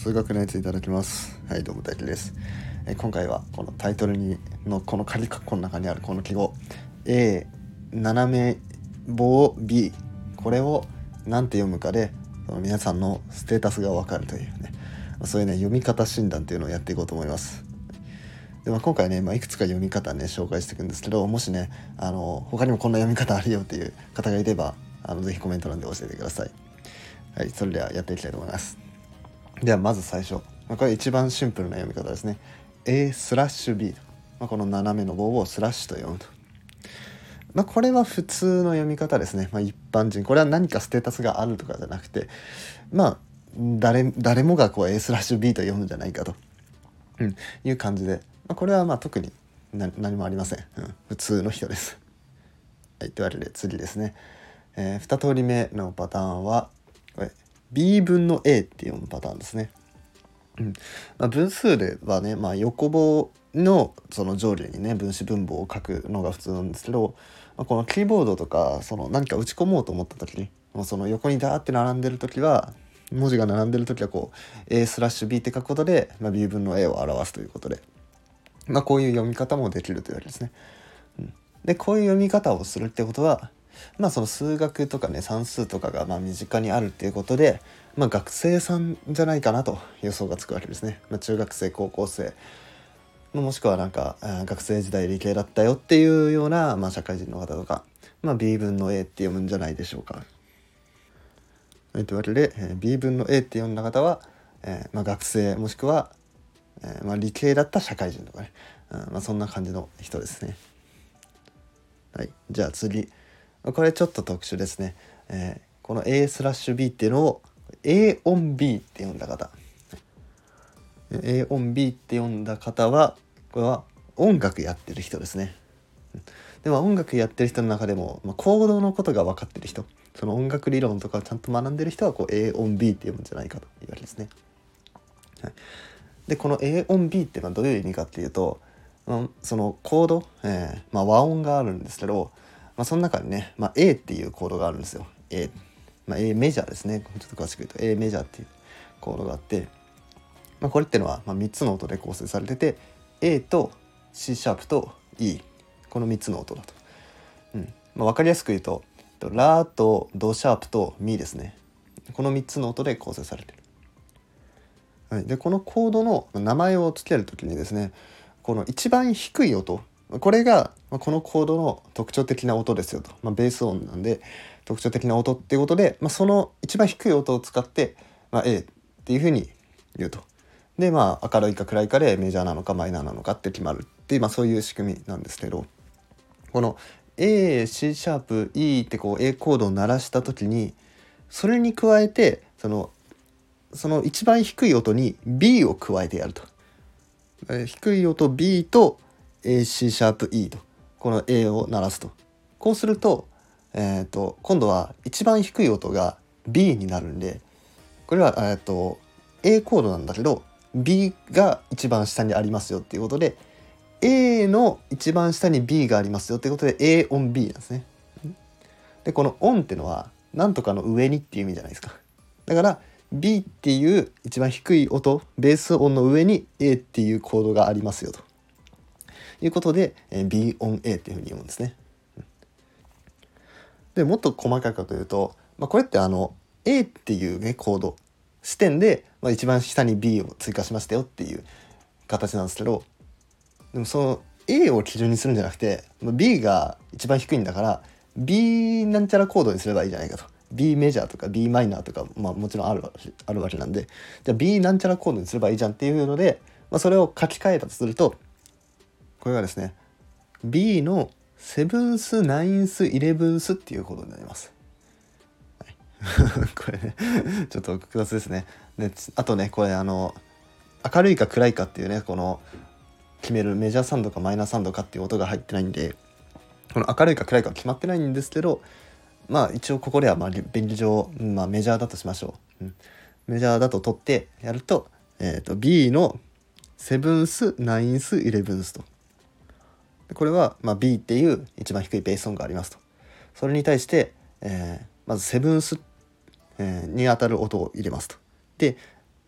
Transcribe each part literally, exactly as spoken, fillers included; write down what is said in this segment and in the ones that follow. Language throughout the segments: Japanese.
数学のやついただきます。はい、どうも大輝です。え今回はこのタイトルにのこの仮括弧の中にあるこの記号 A 斜め棒 B、 これを何て読むかでその皆さんのステータスが分かるというね、そういうね読み方診断っていうのをやっていこうと思います。で、まあ、今回ね、まあ、いくつか読み方ね紹介していくんですけど、もしねあの他にもこんな読み方あるよっていう方がいればあのぜひコメント欄で教えてください。はい、それではやっていきたいと思います。ではまず最初、まあ、これ一番シンプルな読み方ですね。 A スラッシュ B、まあ、この斜めの棒をスラッシュと読むと、まあ、これは普通の読み方ですね。まあ、一般人、これは何かステータスがあるとかじゃなくて、まあ誰誰もがこう A スラッシュ B と読むんじゃないかと、うん、いう感じで、まあ、これはまあ特に何何もありません、うん、普通の人です。はい、というわけで次ですね、えー、に通り目のパターンはこれ B 分の A って読むパターンですね。うんまあ、分数ではね、まあ、横棒のその上下にね分子分母を書くのが普通なんですけど、まあ、このキーボードとかその何か打ち込もうと思った時にもうその横にダーって並んでる時は文字が並んでる時はこう A スラッシュ B って書くことで、まあ、B 分の A を表すということで、まあ、こういう読み方もできるというわけですね。うん、でこういう読み方をするってことは、まあその数学とかね算数とかがまあ身近にあるっていうことで、まあ、学生さんじゃないかなと予想がつくわけですね。まあ、中学生高校生もしくはなんか学生時代理系だったよっていうような、まあ、社会人の方とか、まあ、B 分の A って読むんじゃないでしょうか。はい、というわけで、えー、B 分の A って読んだ方は、えーまあ、学生もしくは、えーまあ、理系だった社会人とかね、うんまあ、そんな感じの人ですね。はい、じゃあ次、これちょっと特殊ですね。えー、この A スラッシュ B っていうのを A オン B って読んだ方、 A オン B って読んだ方はこれは音楽やってる人ですね。でも音楽やってる人の中でも、まあ、コードのことが分かってる人、その音楽理論とかをちゃんと学んでる人はこう A オン B って読むんじゃないかというわけですね。はい、でこの A オン B っていうのはどういう意味かっていうと、まあ、そのコード、えーまあ、和音があるんですけど、まあ、その中にね、まあ、A っていうコードがあるんですよ。A、まあ、A メジャーですね。ちょっと詳しく言うと A メジャーっていうコードがあって、まあ、これっていうのは、まあ、みっつの音で構成されてて A と C シャープと E、 このみっつの音だと、うんまあ、分かりやすく言うとラとドシャープとミですね。このみっつの音で構成されてる。はい、でこのコードの名前を付けるときにですね、この一番低い音、これがこのコードの特徴的な音ですよと、まあ、ベース音なんで特徴的な音っていうことで、まあ、その一番低い音を使って、まあ、A っていうふうに言うと。でまあ明るいか暗いかでメジャーなのかマイナーなのかって決まるっていう、まあ、そういう仕組みなんですけど、この A、C シャープ、E ってこう A コードを鳴らした時にそれに加えてそのその一番低い音に B を加えてやると。低い音 B と A、C シャープ E とこの A を鳴らすと。こうすると、えー、と今度は一番低い音が B になるんで、これは、えー、と A コードなんだけど B が一番下にありますよっていうことで A の一番下に B がありますよっていうことで A オン B なんですね。でこのオンってのはなんとかの上にっていう意味じゃないですか。だからB っていう一番低い音ベース音の上に A っていうコードがありますよということで B オン A っていうふうに読むんですね。でもっと細かいかというと、まあ、これってあの A っていうねコード視点で、まあ、一番下に B を追加しましたよっていう形なんですけど、でもその A を基準にするんじゃなくて B が一番低いんだから B なんちゃらコードにすればいいじゃないかと。B メジャーとか B マイナーとか、まあ、もちろんあるわけ、あるわけなんで、じゃあ B なんちゃらコードにすればいいじゃんっていうので、まあ、それを書き換えたとするとこれがですね B のセブンス、ナインス、イレブンスっていうコードになります。はい、これねちょっと複雑ですね。であとねこれあの明るいか暗いかっていうねこの決めるメジャーサウンドかマイナーサウンドかっていう音が入ってないんで、この明るいか暗いかは決まってないんですけど、まあ一応ここではまあ便宜上、まあ、メジャーだとしましょう、うん、メジャーだと取ってやると、えー、と B のセブンス、ナインス、イレブンスと、これはまあ B っていう一番低いベース音がありますと。それに対して、えー、まずセブンス、えー、に当たる音を入れますと。で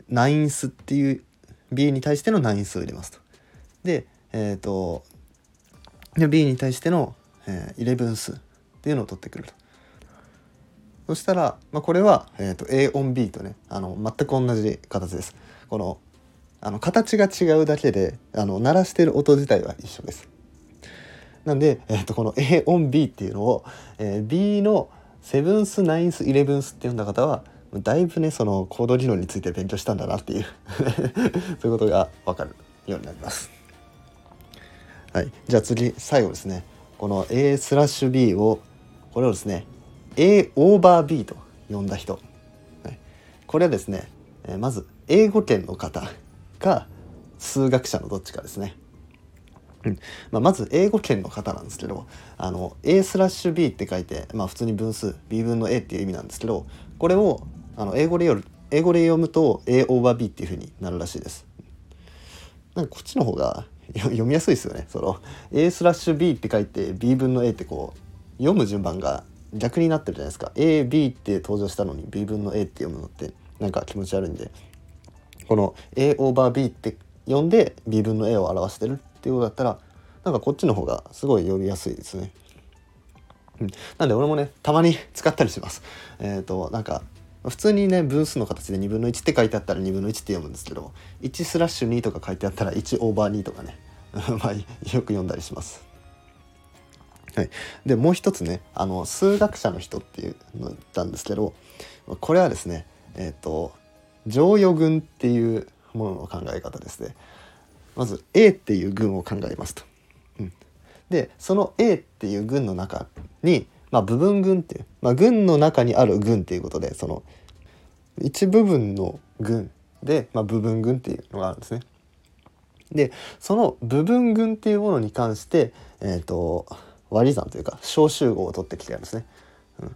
ナインスっていう B に対してのナインスを入れますと。で、えっ、ー、とで B に対しての、えー、イレブンスっていうのを取ってくると。そしたら、まあ、これは、えー、と A オン B とねあの全く同じ形です。このあの形が違うだけであの鳴らしてる音自体は一緒です。なんで、えー、とこの A オン B っていうのを、えー、B のセブンス、ナインス、イレブンスって読んだ方はだいぶねそのコード理論について勉強したんだなっていうそういうことが分かるようになります。はい、じゃあ次最後ですね。この A スラッシュ B をこれをですね A オーバー B と呼んだ人、はい、これはですね、えー、まず英語圏の方か数学者のどっちかですね。うんまあ、まず英語圏の方なんですけど、あの A スラッシュ B って書いて、まあ、普通に分数 B 分の A っていう意味なんですけど、これをあの英語で読む英語で読むと A オーバー B っていう風になるらしいです。なんかこっちの方が読みやすいですよね。その A スラッシュ B って書いて B 分の A ってこう読む順番が逆になってるじゃないですか。 A、B って登場したのに B 分の A って読むのってなんか気持ち悪いんで、この A オーバー B って読んで B 分の A を表してるっていうことだったらなんかこっちの方がすごい読みやすいですね。うん、なんで俺もねたまに使ったりします。えっとなんか普通にね分数の形でにぶんのいちって書いてあったらにぶんのいちって読むんですけど、いちスラッシュにとか書いてあったらいちオーバーにとかねまあよく読んだりします。はい、でもう一つねあの数学者の人っていうのなんですけど、これはですねえっと剰余群っていうものの考え方ですね。まず A っていう群を考えますと。うん、でその A っていう群の中に、まあ、部分群っていう、まあ、群の中にある群っていうことで、その一部分の群で、まあ、部分群っていうのがあるんですね。でその部分群っていうものに関して、えーと、割り算というか小集合を取ってきてるんですね。うん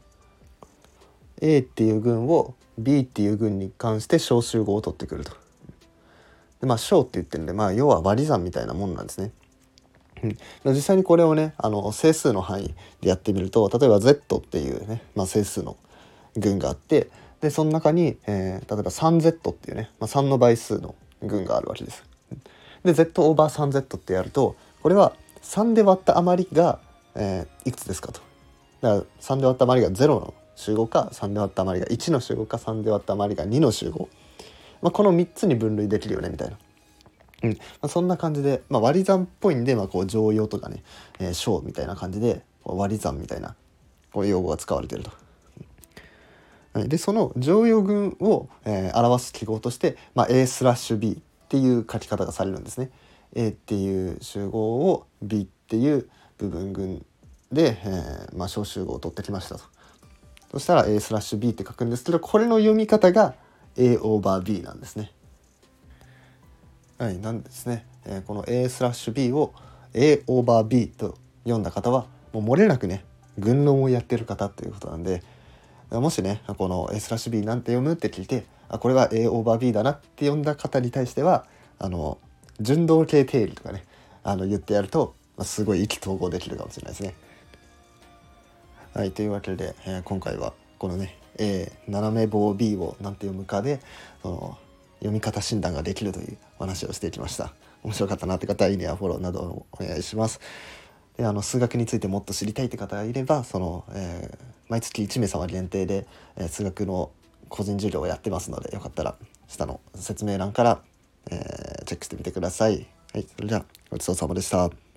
、A っていう群を B っていう群に関して小集合を取ってくると。でまあ小って言ってるんで、まあ、要は割り算みたいなものなんですね。うん、実際にこれをねあの整数の範囲でやってみると、例えば Z っていうね、まあ、整数の群があって、でその中に、えー、例えば スリーゼット っていうね、まあ、さんの倍数の群があるわけです。で Z オーバー スリーゼット ってやると、これはさんで割った余りが、えー、いくつですかと。だからさんで割った余りがゼロの集合か、さんで割った余りがいちの集合か、さんで割った余りがにの集合、まあ、このみっつに分類できるよねみたいな。うんまあ、そんな感じで、まあ、割り算っぽいんで、まあ、こう剰余とかね、えー、小みたいな感じで割り算みたいなこう用語が使われていると。はい、でその剰余群を、えー、表す記号として、まあ、A スラッシュ B っていう書き方がされるんですね。A っていう集合を B っていう部分群で、えーまあ、小集合を取ってきましたと。そしたら A スラッシュ B って書くんですけど、これの読み方が A オーバー B なんですね。はい、なんですね、えー、この A スラッシュ B を A オーバー B と読んだ方はもう漏れなくね群論をやってる方ということなんで、もしねこの A スラッシュ B なんて読むって聞いて、あこれは A オーバー B だなって読んだ方に対してはあの順動系定理とかねあの言ってやると、まあ、すごい意気投合できるかもしれないですね。はい、というわけで、えー、今回はこのね A 斜め棒 B をなんて読むかでその読み方診断ができるというお話をしていきました。面白かったなって方は、いいねやフォローなどをお願いします。であの数学についてもっと知りたいって方がいれば、その、えー、毎月いち名様限定で、えー、数学の個人授業をやってますので、よかったら下の説明欄から、えー、チェックしてみてください。はい、それではごちそうさまでした。